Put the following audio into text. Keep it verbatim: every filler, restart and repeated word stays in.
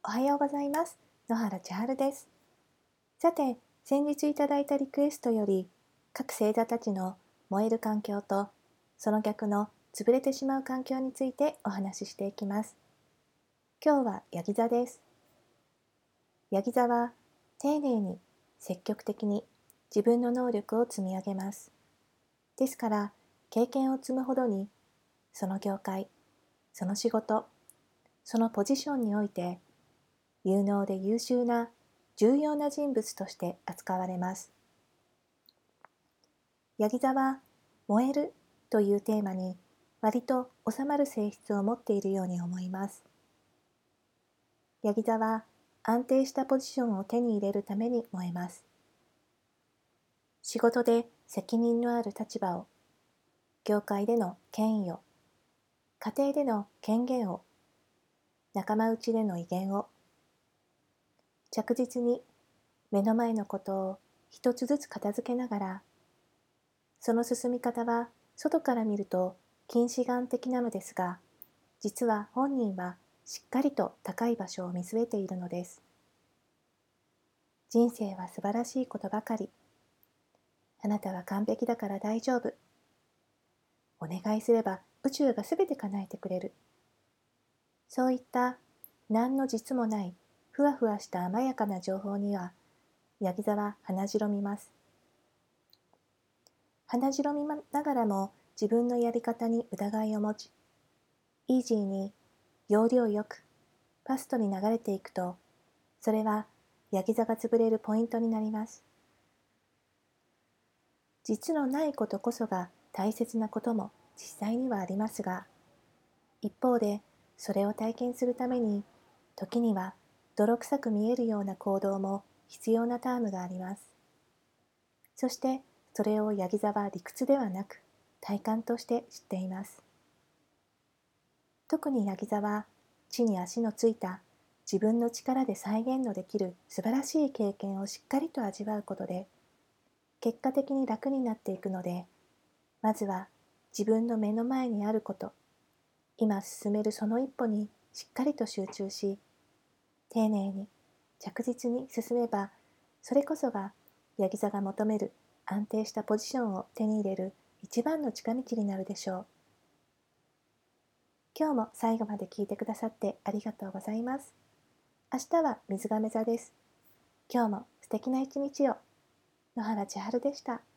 おはようございます。野原千春です。さて、先日いただいたリクエストより、各星座たちの燃える環境と、その逆の潰れてしまう環境についてお話ししていきます。今日はヤギ座です。ヤギ座は、丁寧に、積極的に自分の能力を積み上げます。ですから、経験を積むほどに、その業界、その仕事、そのポジションにおいて、有能で優秀な重要な人物として扱われます。ヤギ座は燃えるというテーマに割と収まる性質を持っているように思います。ヤギ座は安定したポジションを手に入れるために燃えます。仕事で責任のある立場を、業界での権威を、家庭での権限を、仲間内での威厳を、着実に目の前のことを一つずつ片付けながら、その進み方は外から見ると近視眼的なのですが、実は本人はしっかりと高い場所を見据えているのです。人生は素晴らしいことばかり。あなたは完璧だから大丈夫。お願いすれば宇宙がすべて叶えてくれる。そういった何の実もないふわふわした甘やかな情報には、ヤギ座は鼻白みます。鼻白みながらも自分のやり方に疑いを持ち、イージーに要領よくパストに流れていくと、それはヤギ座が潰れるポイントになります。実のないことこそが大切なことも実際にはありますが、一方でそれを体験するために、時には泥臭く見えるような行動も必要なタームがあります。そしてそれをヤギ座は理屈ではなく体感として知っています。特にヤギ座は地に足のついた自分の力で再現のできる素晴らしい経験をしっかりと味わうことで、結果的に楽になっていくので、まずは自分の目の前にあること、今進めるその一歩にしっかりと集中し、丁寧に着実に進めば、それこそがヤギ座が求める安定したポジションを手に入れる一番の近道になるでしょう。今日も最後まで聞いてくださってありがとうございます。明日は水亀座です。今日も素敵な一日を。野原千春でした。